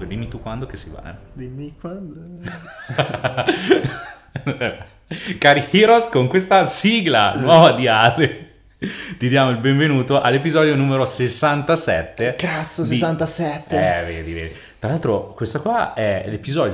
Comunque, dimmi tu quando che si va, Dimmi quando. Cari Heroes, con questa sigla nuova di Ale ti diamo il benvenuto all'episodio numero 67. Cazzo, 67. Vedi. Tra l'altro, questo qua è l'episodio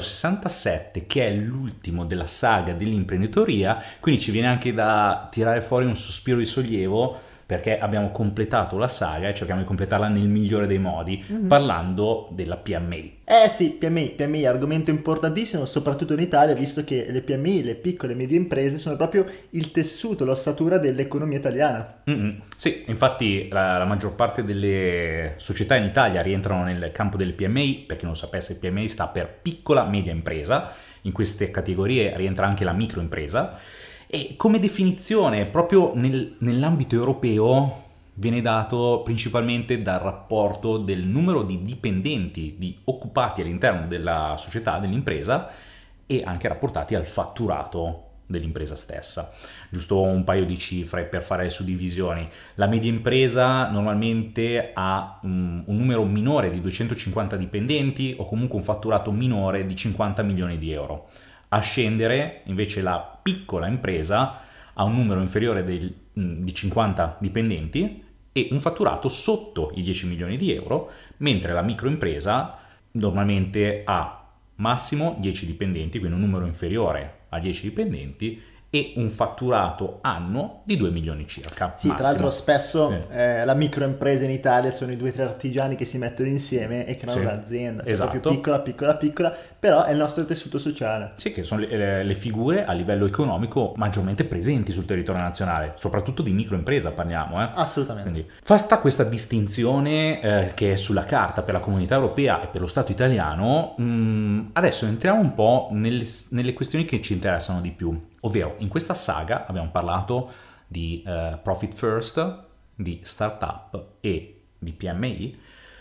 67, che è l'ultimo della saga dell'imprenditoria, quindi ci viene anche da tirare fuori un sospiro di sollievo, perché abbiamo completato la saga e cerchiamo di completarla nel migliore dei modi, parlando della PMI. Sì, PMI, argomento importantissimo, soprattutto in Italia, visto che le PMI, le piccole e medie imprese, sono proprio il tessuto, l'ossatura dell'economia italiana. Sì, infatti la maggior parte delle società in Italia rientrano nel campo delle PMI. Per chi non lo sapesse, PMI sta per piccola media impresa. In queste categorie rientra anche la microimpresa. E come definizione, proprio nell'ambito europeo, viene dato principalmente dal rapporto del numero di dipendenti, di occupati all'interno della società, dell'impresa, e anche rapportati al fatturato dell'impresa stessa. Giusto un paio di cifre per fare le suddivisioni. La media impresa normalmente ha un numero minore di 250 dipendenti o comunque un fatturato minore di 50 milioni di euro. A scendere invece la piccola impresa ha un numero inferiore di 50 dipendenti e un fatturato sotto i 10 milioni di euro, mentre la microimpresa normalmente ha massimo 10 dipendenti, quindi un numero inferiore a 10 dipendenti, e un fatturato annuo di 2 milioni circa. Sì, massimo. tra l'altro spesso la microimpresa in Italia sono i 2 o 3 artigiani che si mettono insieme e creano Sì, un'azienda, esatto. proprio piccola, però è il nostro tessuto sociale. Sì, che sono le figure a livello economico maggiormente presenti sul territorio nazionale, soprattutto di microimpresa parliamo. Assolutamente. Quindi, fatta questa distinzione che è sulla carta per la comunità europea e per lo Stato italiano, adesso entriamo un po' nelle questioni che ci interessano di più. Ovvero, in questa saga abbiamo parlato di Profit First, di startup e di PMI,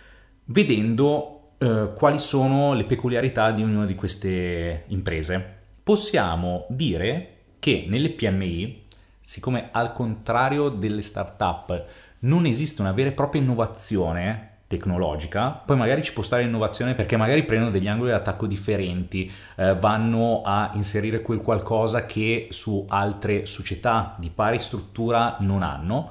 vedendo quali sono le peculiarità di ognuna di queste imprese. Possiamo dire che nelle PMI, siccome al contrario delle startup non esiste una vera e propria innovazione tecnologica, poi magari ci può stare innovazione perché magari prendono degli angoli di attacco differenti, vanno a inserire quel qualcosa che su altre società di pari struttura non hanno.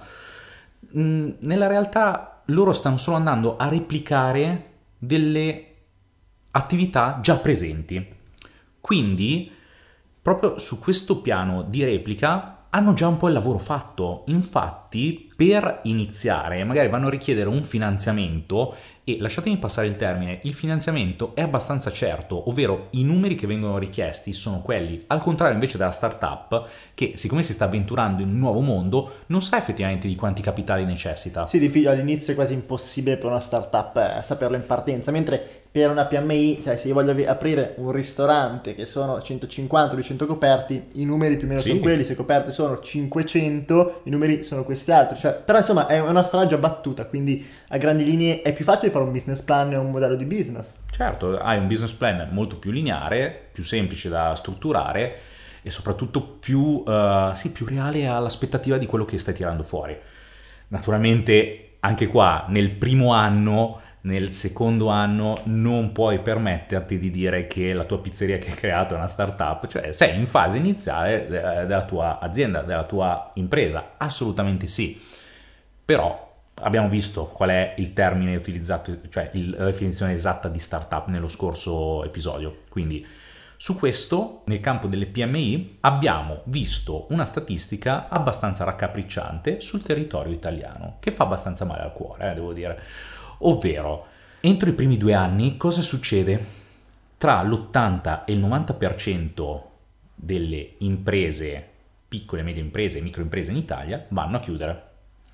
Nella realtà loro stanno solo andando a replicare delle attività già presenti. Quindi, proprio su questo piano di replica hanno già un po' il lavoro fatto. Infatti, per iniziare, magari vanno a richiedere un finanziamento e, lasciatemi passare il termine, il finanziamento è abbastanza certo, ovvero i numeri che vengono richiesti sono quelli, al contrario invece della startup, che siccome si sta avventurando in un nuovo mondo, non sa effettivamente di quanti capitali necessita. Sì, all'inizio è quasi impossibile per una startup saperlo in partenza, mentre per una PMI, cioè se io voglio aprire un ristorante che sono 150-200 coperti, i numeri più o meno Sì. sono quelli, se coperte sono 500, i numeri sono questi altri, cioè, però insomma è una strada già battuta, quindi a grandi linee è più facile fare un business plan e un modello di business. Certo, hai un business plan molto più lineare, più semplice da strutturare e soprattutto più reale all'aspettativa di quello che stai tirando fuori. Naturalmente anche qua nel primo anno, nel secondo anno non puoi permetterti di dire che la tua pizzeria che hai creato è una startup, cioè sei in fase iniziale della tua azienda, della tua impresa, assolutamente sì, però abbiamo visto qual è il termine utilizzato, cioè la definizione esatta di startup nello scorso episodio, quindi su questo, nel campo delle PMI, abbiamo visto una statistica abbastanza raccapricciante sul territorio italiano, che fa abbastanza male al cuore, devo dire. Ovvero, entro i primi 2 anni, cosa succede? Tra l'80 e il 90% delle imprese, piccole e medie imprese e microimprese in Italia, vanno a chiudere.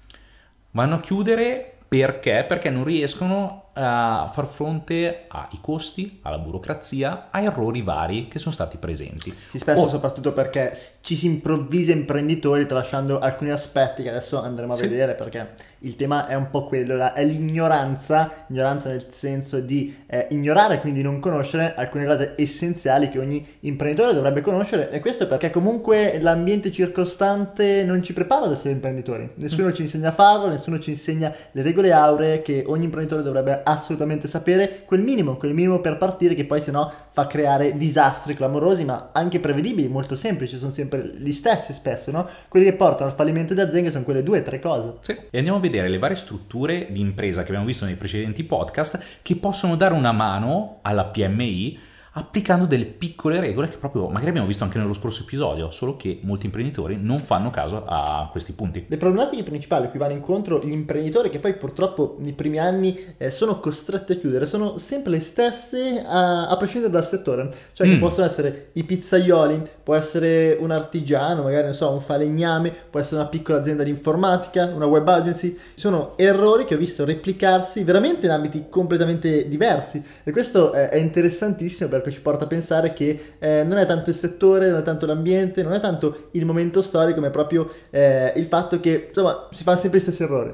Vanno a chiudere perché? Perché non riescono a far fronte ai costi, alla burocrazia, a errori vari che sono stati presenti. Sì, spesso soprattutto perché ci si improvvisa imprenditori tralasciando alcuni aspetti che adesso andremo a vedere, perché il tema è un po' quello, è l'ignoranza nel senso di ignorare, quindi non conoscere alcune cose essenziali che ogni imprenditore dovrebbe conoscere, e questo perché comunque l'ambiente circostante non ci prepara ad essere imprenditori, nessuno ci insegna a farlo, nessuno ci insegna le regole auree che ogni imprenditore dovrebbe assolutamente sapere quel minimo per partire, che poi sennò fa creare disastri clamorosi, ma anche prevedibili, molto semplici, sono sempre gli stessi spesso, no? Quelli che portano al fallimento di aziende sono quelle 2 o 3 cose. Sì. E andiamo a vedere le varie strutture di impresa che abbiamo visto nei precedenti podcast che possono dare una mano alla PMI applicando delle piccole regole che proprio magari abbiamo visto anche nello scorso episodio, solo che molti imprenditori non fanno caso a questi punti. Le problematiche principali a cui vanno incontro gli imprenditori, che poi purtroppo nei primi anni sono costretti a chiudere, sono sempre le stesse a prescindere dal settore, cioè che possono essere i pizzaioli, può essere un artigiano, magari non so, un falegname, può essere una piccola azienda di informatica, una web agency. Sono errori che ho visto replicarsi veramente in ambiti completamente diversi, e questo è interessantissimo perché ci porta a pensare che non è tanto il settore, non è tanto l'ambiente, non è tanto il momento storico, ma è proprio il fatto che insomma si fanno sempre gli stessi errori.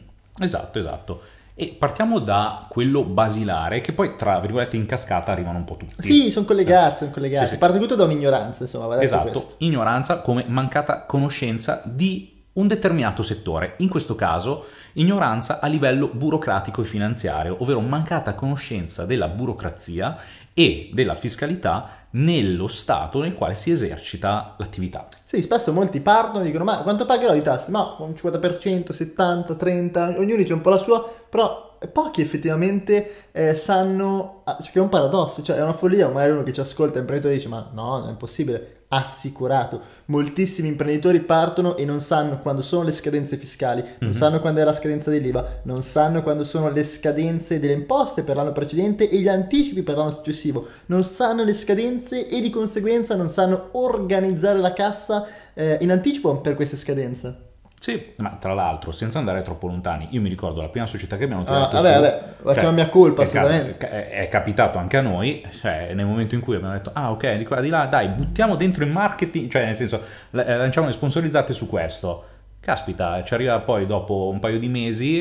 Esatto. E partiamo da quello basilare, che poi tra virgolette in cascata arrivano un po' tutti. Sì, sono collegati. Sì. Parte tutto da un'ignoranza, insomma, va detto Esatto, questo. ignoranza come mancata conoscenza di un determinato settore, in questo caso ignoranza a livello burocratico e finanziario, ovvero mancata conoscenza della burocrazia e della fiscalità nello stato nel quale si esercita l'attività. Sì, spesso molti partono e dicono: ma quanto pagherò di tasse? Ma un 50%, 70, 30, ognuno dice un po' la sua, però pochi effettivamente sanno, cioè, che è un paradosso, cioè è una follia. Magari uno che ci ascolta, imprenditore, dice: ma no, non è possibile. Assicurato, moltissimi imprenditori partono e non sanno quando sono le scadenze fiscali, non sanno quando è la scadenza dell'IVA, non sanno quando sono le scadenze delle imposte per l'anno precedente e gli anticipi per l'anno successivo, non sanno le scadenze e di conseguenza non sanno organizzare la cassa in anticipo per queste scadenze. Sì, ma tra l'altro, senza andare troppo lontani, io mi ricordo la prima società che abbiamo tirato facciamo mia colpa, assolutamente. È capitato anche a noi, cioè nel momento in cui abbiamo detto, ok, di qua di là, dai, buttiamo dentro il marketing, cioè nel senso, lanciamo le sponsorizzate su questo. Caspita, ci arriva poi dopo un paio di mesi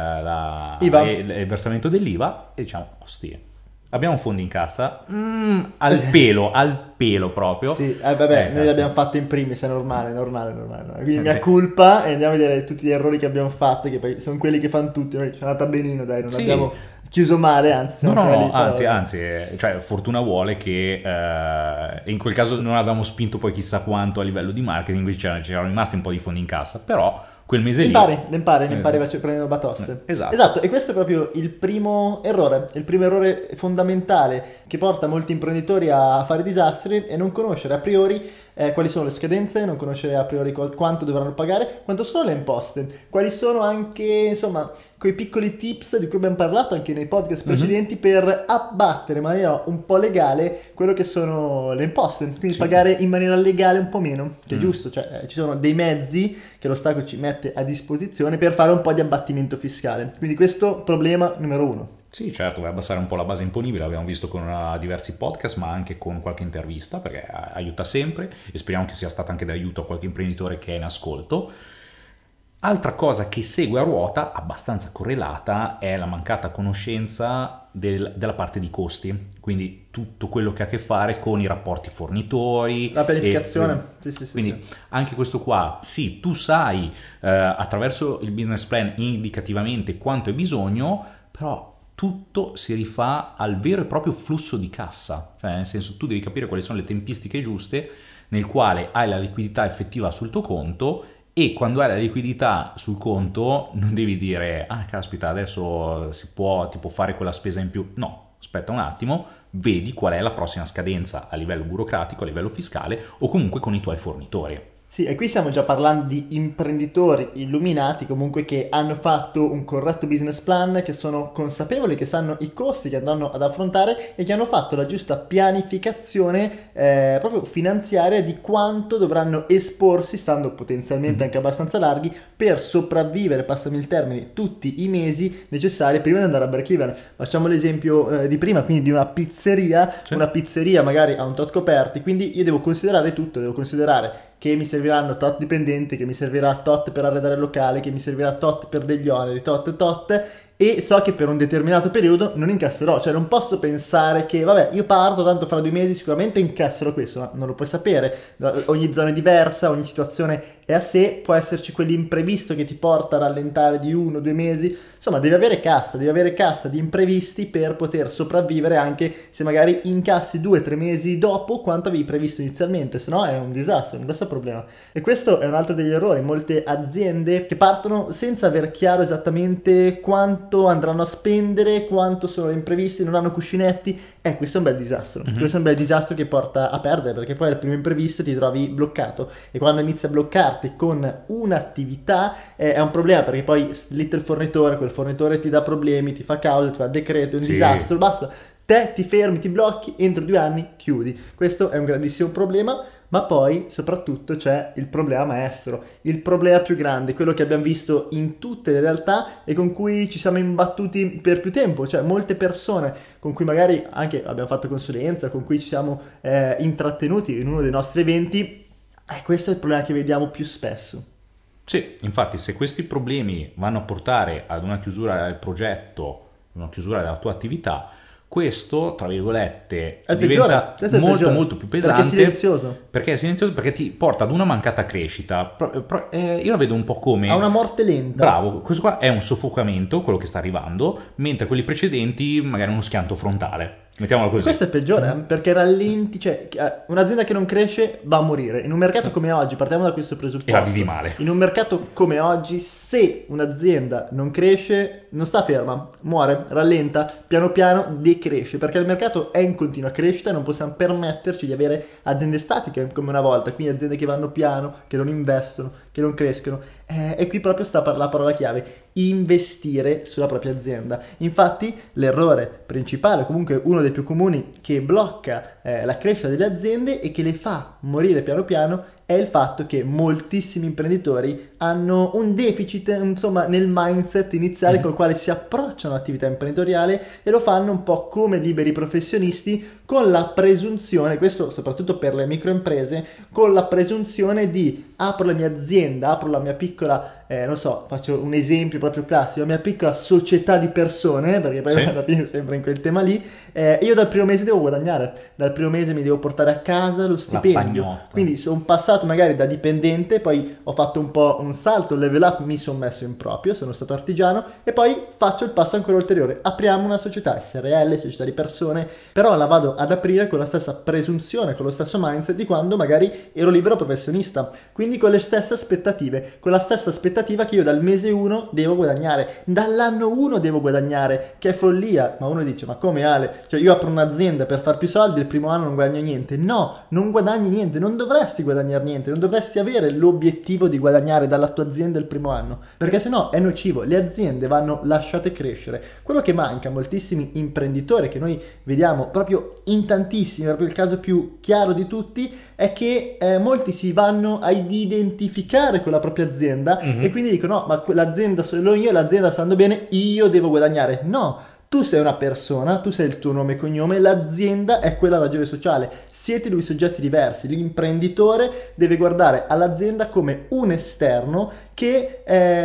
il versamento dell'IVA e diciamo, ostia. Abbiamo fondi in cassa, al pelo proprio. Sì, noi l'abbiamo fatto in primis, è normale. Quindi mia colpa, e andiamo a vedere tutti gli errori che abbiamo fatto, che poi sono quelli che fanno tutti, noi ci è andata benino, dai, non abbiamo chiuso male, anzi siamo ancora lì, anzi, cioè fortuna vuole che in quel caso non avevamo spinto poi chissà quanto a livello di marketing, quindi c'erano rimasti un po' di fondi in cassa, però quel mese lì ne impari prendendo batoste. Esatto, e questo è proprio il primo errore fondamentale che porta molti imprenditori a fare disastri, e non conoscere a priori quali sono le scadenze, non conoscere a priori quanto dovranno pagare, quanto sono le imposte, quali sono anche, insomma, quei piccoli tips di cui abbiamo parlato anche nei podcast precedenti per abbattere in maniera un po' legale quello che sono le imposte, quindi pagare in maniera legale un po' meno, che è giusto, cioè ci sono dei mezzi che lo Stato ci mette a disposizione per fare un po' di abbattimento fiscale, quindi questo problema numero 1. Sì, certo, vai a abbassare un po' la base imponibile, l'abbiamo visto con diversi podcast, ma anche con qualche intervista, perché aiuta sempre, e speriamo che sia stata anche d'aiuto a qualche imprenditore che è in ascolto. Altra cosa che segue a ruota, abbastanza correlata, è la mancata conoscenza della parte di costi, quindi tutto quello che ha a che fare con i rapporti fornitori. La pianificazione, quindi anche questo qua, sì, tu sai attraverso il business plan indicativamente quanto hai bisogno, però tutto si rifà al vero e proprio flusso di cassa, cioè nel senso tu devi capire quali sono le tempistiche giuste nel quale hai la liquidità effettiva sul tuo conto, e quando hai la liquidità sul conto non devi dire caspita adesso si può tipo fare quella spesa in più, no, aspetta un attimo, vedi qual è la prossima scadenza a livello burocratico, a livello fiscale o comunque con i tuoi fornitori. Sì, e qui stiamo già parlando di imprenditori illuminati comunque che hanno fatto un corretto business plan, che sono consapevoli, che sanno i costi che andranno ad affrontare e che hanno fatto la giusta pianificazione proprio finanziaria di quanto dovranno esporsi, stando potenzialmente anche abbastanza larghi, per sopravvivere, passami il termine, tutti i mesi necessari prima di andare a break even. Facciamo l'esempio di prima, quindi di una pizzeria, una pizzeria magari ha un tot coperti, quindi io devo considerare tutto, devo considerare che mi serviranno tot dipendenti, che mi servirà tot per arredare il locale, che mi servirà tot per degli oneri, tot, e so che per un determinato periodo non incasserò, cioè non posso pensare che vabbè io parto tanto fra 2 mesi sicuramente incasserò questo, ma non lo puoi sapere, ogni zona è diversa, ogni situazione è a sé, può esserci quell'imprevisto che ti porta a rallentare di 1 o 2 mesi, insomma devi avere cassa di imprevisti per poter sopravvivere anche se magari incassi 2 o 3 mesi dopo quanto avevi previsto inizialmente, se no è un disastro, un grosso problema. E questo è un altro degli errori, molte aziende che partono senza aver chiaro esattamente quanto andranno a spendere, quanto sono imprevisti, non hanno cuscinetti, questo è un bel disastro, questo è un bel disastro che porta a perdere, perché poi al primo imprevisto ti trovi bloccato e quando inizi a bloccarti con un'attività è un problema, perché poi lì il fornitore, quel fornitore ti dà problemi, ti fa causa, ti fa decreto, è un disastro, basta, te ti fermi, ti blocchi, entro 2 anni chiudi. Questo è un grandissimo problema. Ma poi soprattutto c'è il problema maestro, il problema più grande, quello che abbiamo visto in tutte le realtà e con cui ci siamo imbattuti per più tempo, cioè molte persone con cui magari anche abbiamo fatto consulenza, con cui ci siamo intrattenuti in uno dei nostri eventi, questo è il problema che vediamo più spesso. Sì, infatti se questi problemi vanno a portare ad una chiusura del progetto, una chiusura della tua attività, questo, tra virgolette, diventa molto più pesante. Perché è silenzioso. Perché è silenzioso, perché ti porta ad una mancata crescita. Io la vedo un po' come... A una morte lenta. Bravo, questo qua è un soffocamento, quello che sta arrivando, mentre quelli precedenti magari uno schianto frontale. Mettiamolo così. Questo è peggiore, perché rallenti, cioè un'azienda che non cresce va a morire. In un mercato come oggi, partiamo da questo presupposto. E la vivi male. In un mercato come oggi, se un'azienda non cresce, non sta ferma, muore, rallenta, piano piano decresce, perché il mercato è in continua crescita e non possiamo permetterci di avere aziende statiche come una volta, quindi aziende che vanno piano, che non investono, che non crescono. E qui proprio sta la parola chiave, investire sulla propria azienda. Infatti l'errore principale, comunque uno dei più comuni, che blocca la crescita delle aziende e che le fa morire piano piano, è il fatto che moltissimi imprenditori hanno un deficit, insomma, nel mindset iniziale col quale si approcciano all'attività imprenditoriale e lo fanno un po' come liberi professionisti, con la presunzione, questo soprattutto per le microimprese, con la presunzione di apro la mia azienda, apro la mia piccola, non so, faccio un esempio proprio classico, la mia piccola società di persone, perché poi alla fine sempre in quel tema lì, io dal primo mese devo guadagnare, dal primo mese mi devo portare a casa lo stipendio, quindi sono passato magari da dipendente, poi ho fatto un po' un salto, un level up, mi sono messo in proprio, sono stato artigiano e poi faccio il passo ancora ulteriore, apriamo una società SRL, società di persone, però la vado ad aprire con la stessa presunzione, con lo stesso mindset di quando magari ero libero professionista, quindi con le stesse aspettative, con la stessa aspettativa che io dal mese 1 devo guadagnare, dall'anno 1 devo guadagnare, che è follia. Ma uno dice, ma come Ale? Cioè io apro un'azienda per far più soldi, il primo anno non guadagno niente. No, non guadagni niente, non dovresti guadagnare niente, non dovresti avere l'obiettivo di guadagnare dalla tua azienda il primo anno, perché sennò è nocivo. Le aziende vanno lasciate crescere. Quello che manca a moltissimi imprenditori, che noi vediamo proprio in tantissimi, proprio il caso più chiaro di tutti, è che molti si vanno ad identificare con la propria azienda e quindi dicono, no, ma l'azienda sono io, l'azienda sta andando bene, io devo guadagnare. No, tu sei una persona, tu sei il tuo nome e cognome, l'azienda è quella ragione sociale, siete due soggetti diversi. L'imprenditore deve guardare all'azienda come un esterno che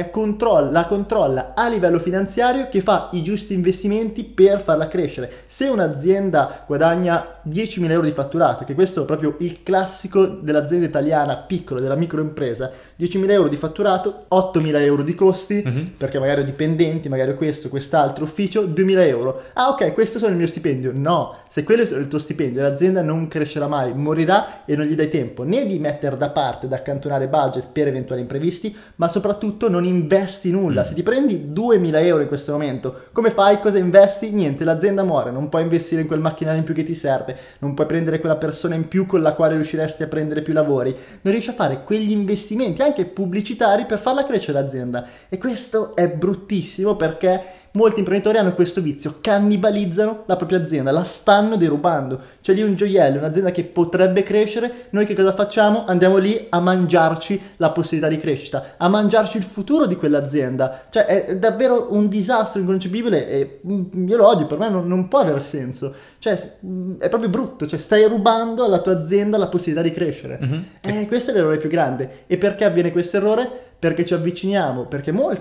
la controlla a livello finanziario, che fa i giusti investimenti per farla crescere. Se un'azienda guadagna 10.000 euro di fatturato, che questo è proprio il classico dell'azienda italiana piccola, della microimpresa, 10.000 euro di fatturato, 8.000 euro di costi, perché magari ho dipendenti, magari ho questo, quest'altro, ufficio, 2.000 euro. Ah ok, questo sono il mio stipendio. No, se quello è il tuo stipendio, l'azienda non crescerà mai, morirà e non gli dai tempo né di mettere da parte, da accantonare budget per eventuali imprevisti, ma soprattutto non investi nulla. Se ti prendi 2.000 euro in questo momento, come fai? Cosa investi? Niente, l'azienda muore, non puoi investire in quel macchinario in più che ti serve, non puoi prendere quella persona in più con la quale riusciresti a prendere più lavori, non riesci a fare quegli investimenti anche pubblicitari per farla crescere l'azienda, e questo è bruttissimo perché molti imprenditori hanno questo vizio, cannibalizzano la propria azienda, la stanno derubando. C'è lì un gioiello, un'azienda che potrebbe crescere, noi che cosa facciamo? Andiamo lì a mangiarci la possibilità di crescita, a mangiarci il futuro di quell'azienda. Cioè è davvero un disastro inconcepibile e io lo odio, per me non può aver senso. Cioè è proprio brutto, cioè stai rubando alla tua azienda la possibilità di crescere. Questo è l'errore più grande. E perché avviene questo errore? Perché ci avviciniamo, perché molti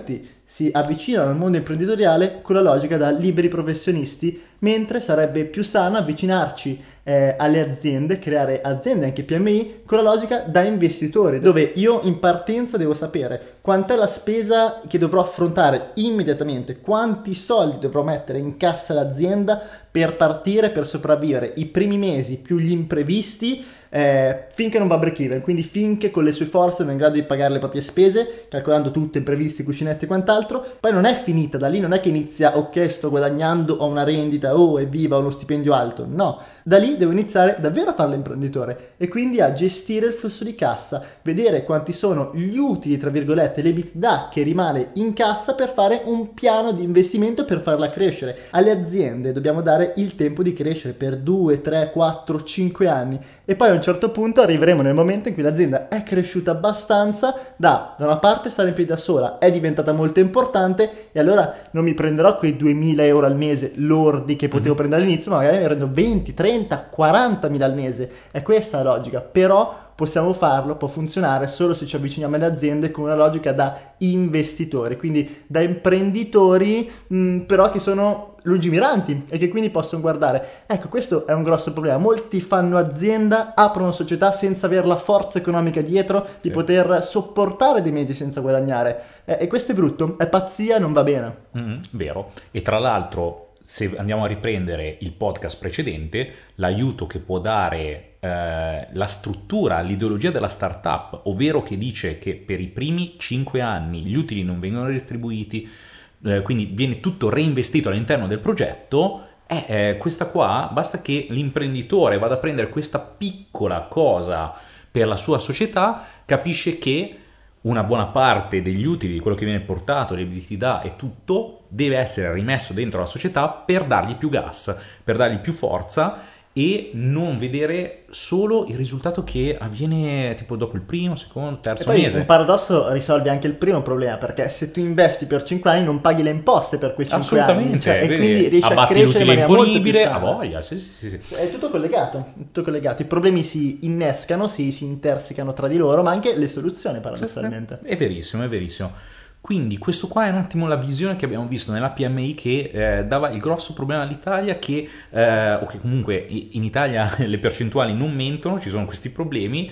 si avvicinano al mondo imprenditoriale con la logica da liberi professionisti, mentre sarebbe più sano avvicinarci alle aziende, creare aziende anche PMI con la logica da investitore, dove io in partenza devo sapere quant'è la spesa che dovrò affrontare immediatamente, quanti soldi dovrò mettere in cassa l'azienda per partire, per sopravvivere i primi mesi più gli imprevisti, finché non va break even, quindi finché con le sue forze non è in grado di pagare le proprie spese, calcolando tutto, imprevisti, cuscinetti e quant'altro. Poi non è finita da lì, non è che inizia ok, sto guadagnando, ho una rendita, oh evviva, ho uno stipendio alto, no, da lì devo iniziare davvero a fare l'imprenditore e quindi a gestire il flusso di cassa, vedere quanti sono gli utili, tra virgolette, l'EBITDA che rimane in cassa per fare un piano di investimento per farla crescere. Alle aziende dobbiamo dare il tempo di crescere per 2, 3, 4, 5 anni e poi a un certo punto arriveremo nel momento in cui l'azienda è cresciuta abbastanza da una parte stare in piedi da sola, è diventata molto importante e allora non mi prenderò quei 2000 euro al mese lordi che potevo prendere all'inizio, ma magari mi prendo 20, 30, 40 mila al mese. È questa la logica, però possiamo farlo, può funzionare solo se ci avviciniamo alle aziende con una logica da investitori, quindi da imprenditori però che sono lungimiranti e che quindi possono guardare. Ecco, questo è un grosso problema. Molti fanno azienda, aprono società senza avere la forza economica dietro di poter sopportare dei mesi senza guadagnare. E questo è brutto, è pazzia, non va bene. Vero. E tra l'altro, se andiamo a riprendere il podcast precedente, l'aiuto che può dare la struttura, l'ideologia della startup, ovvero che dice che per i primi 5 anni gli utili non vengono distribuiti, quindi viene tutto reinvestito all'interno del progetto, questa qua, basta che l'imprenditore vada a prendere questa piccola cosa per la sua società, capisce che una buona parte degli utili di quello che viene portato, le liquidità e tutto, deve essere rimesso dentro la società per dargli più gas, per dargli più forza e non vedere solo il risultato che avviene tipo dopo il primo, secondo, terzo e poi mese. Un paradosso risolve anche il primo problema, perché se tu investi per 5 anni non paghi le imposte per quei 5 anni. Assolutamente, E quindi riesci a abbatti crescere in l'utile maniera molto più imponibile, sana. a voglia, sì. È tutto collegato, i problemi si innescano, si intersecano tra di loro, ma anche le soluzioni paradossalmente. È verissimo, è verissimo. Quindi questo qua è un attimo la visione che abbiamo visto nella PMI che dava il grosso problema all'Italia o che comunque in Italia le percentuali non mentono, ci sono questi problemi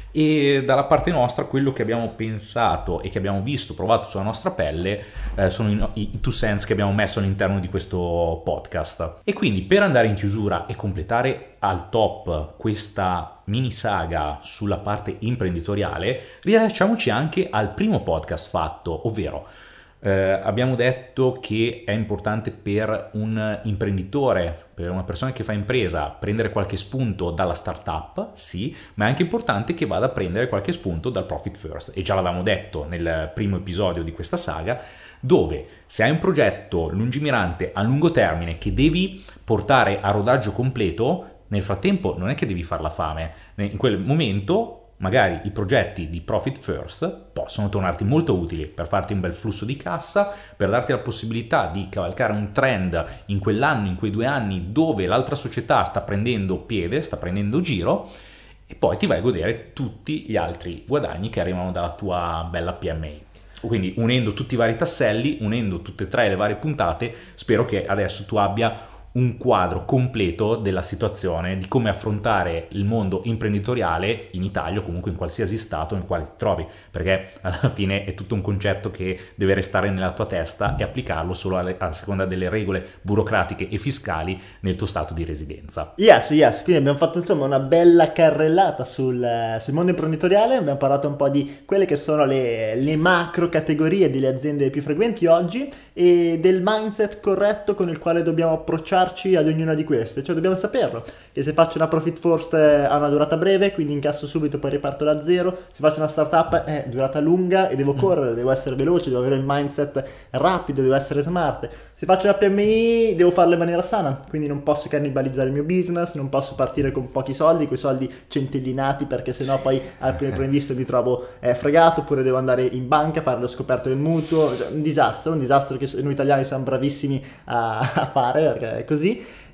e dalla parte nostra quello che abbiamo pensato e che abbiamo visto, provato sulla nostra pelle sono i two cents che abbiamo messo all'interno di questo podcast. E quindi per andare in chiusura e completare al top questa mini saga sulla parte imprenditoriale, riallacciamoci anche al primo podcast fatto, ovvero abbiamo detto che è importante per un imprenditore, per una persona che fa impresa, prendere qualche spunto dalla startup, sì, ma è anche importante che vada a prendere qualche spunto dal profit first. E già l'avevamo detto nel primo episodio di questa saga, dove se hai un progetto lungimirante a lungo termine che devi portare a rodaggio completo, nel frattempo non è che devi far la fame, in quel momento magari i progetti di profit first possono tornarti molto utili per farti un bel flusso di cassa, per darti la possibilità di cavalcare un trend in quell'anno, in quei 2 anni dove l'altra società sta prendendo piede, sta prendendo giro e poi ti vai a godere tutti gli altri guadagni che arrivano dalla tua bella PMI. Quindi unendo tutti i vari tasselli, unendo tutte e 3 le varie puntate, spero che adesso tu abbia un quadro completo della situazione, di come affrontare il mondo imprenditoriale in Italia o comunque in qualsiasi stato nel quale ti trovi, perché alla fine è tutto un concetto che deve restare nella tua testa e applicarlo solo a seconda delle regole burocratiche e fiscali nel tuo stato di residenza. Yes, quindi abbiamo fatto insomma una bella carrellata sul mondo imprenditoriale, abbiamo parlato un po' di quelle che sono le macro categorie delle aziende più frequenti oggi e del mindset corretto con il quale dobbiamo approcciarci ad ognuna di queste, cioè dobbiamo saperlo, che se faccio una profit first ha una durata breve, quindi incasso subito, poi riparto da zero, se faccio una startup è durata lunga e devo correre, devo essere veloce, devo avere il mindset rapido, devo essere smart, se faccio una PMI devo farla in maniera sana, quindi non posso cannibalizzare il mio business, non posso partire con pochi soldi, quei soldi centellinati perché sennò poi al primo imprevisto mi trovo fregato, oppure devo andare in banca a fare lo scoperto del mutuo, un disastro che noi italiani siamo bravissimi a fare perché è così.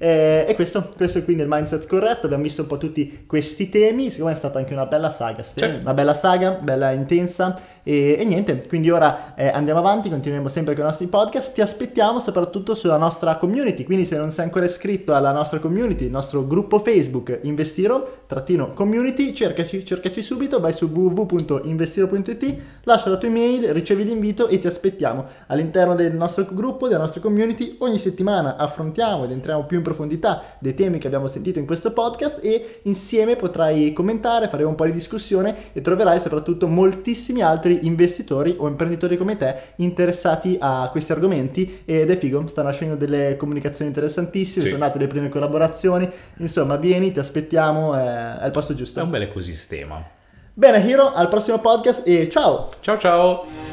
E questo è quindi il mindset corretto. Abbiamo visto un po' tutti questi temi, secondo me è stata anche una bella saga, una bella saga, bella intensa e niente, quindi ora andiamo avanti, continueremo sempre con i nostri podcast, ti aspettiamo soprattutto sulla nostra community, quindi se non sei ancora iscritto alla nostra community, il nostro gruppo Facebook Investiro-community, cercaci subito, vai su www.investiro.it, lascia la tua email, ricevi l'invito e ti aspettiamo all'interno del nostro gruppo, della nostra community. Ogni settimana affrontiamo ed entriamo più in profondità dei temi che abbiamo sentito in questo podcast e insieme potrai commentare, faremo un po' di discussione e troverai soprattutto moltissimi altri investitori o imprenditori come te interessati a questi argomenti ed è figo, stanno nascendo delle comunicazioni interessantissime, sono nate le prime collaborazioni, insomma vieni, ti aspettiamo, è il posto giusto. È un bel ecosistema. Bene Hiro, al prossimo podcast e ciao! Ciao ciao!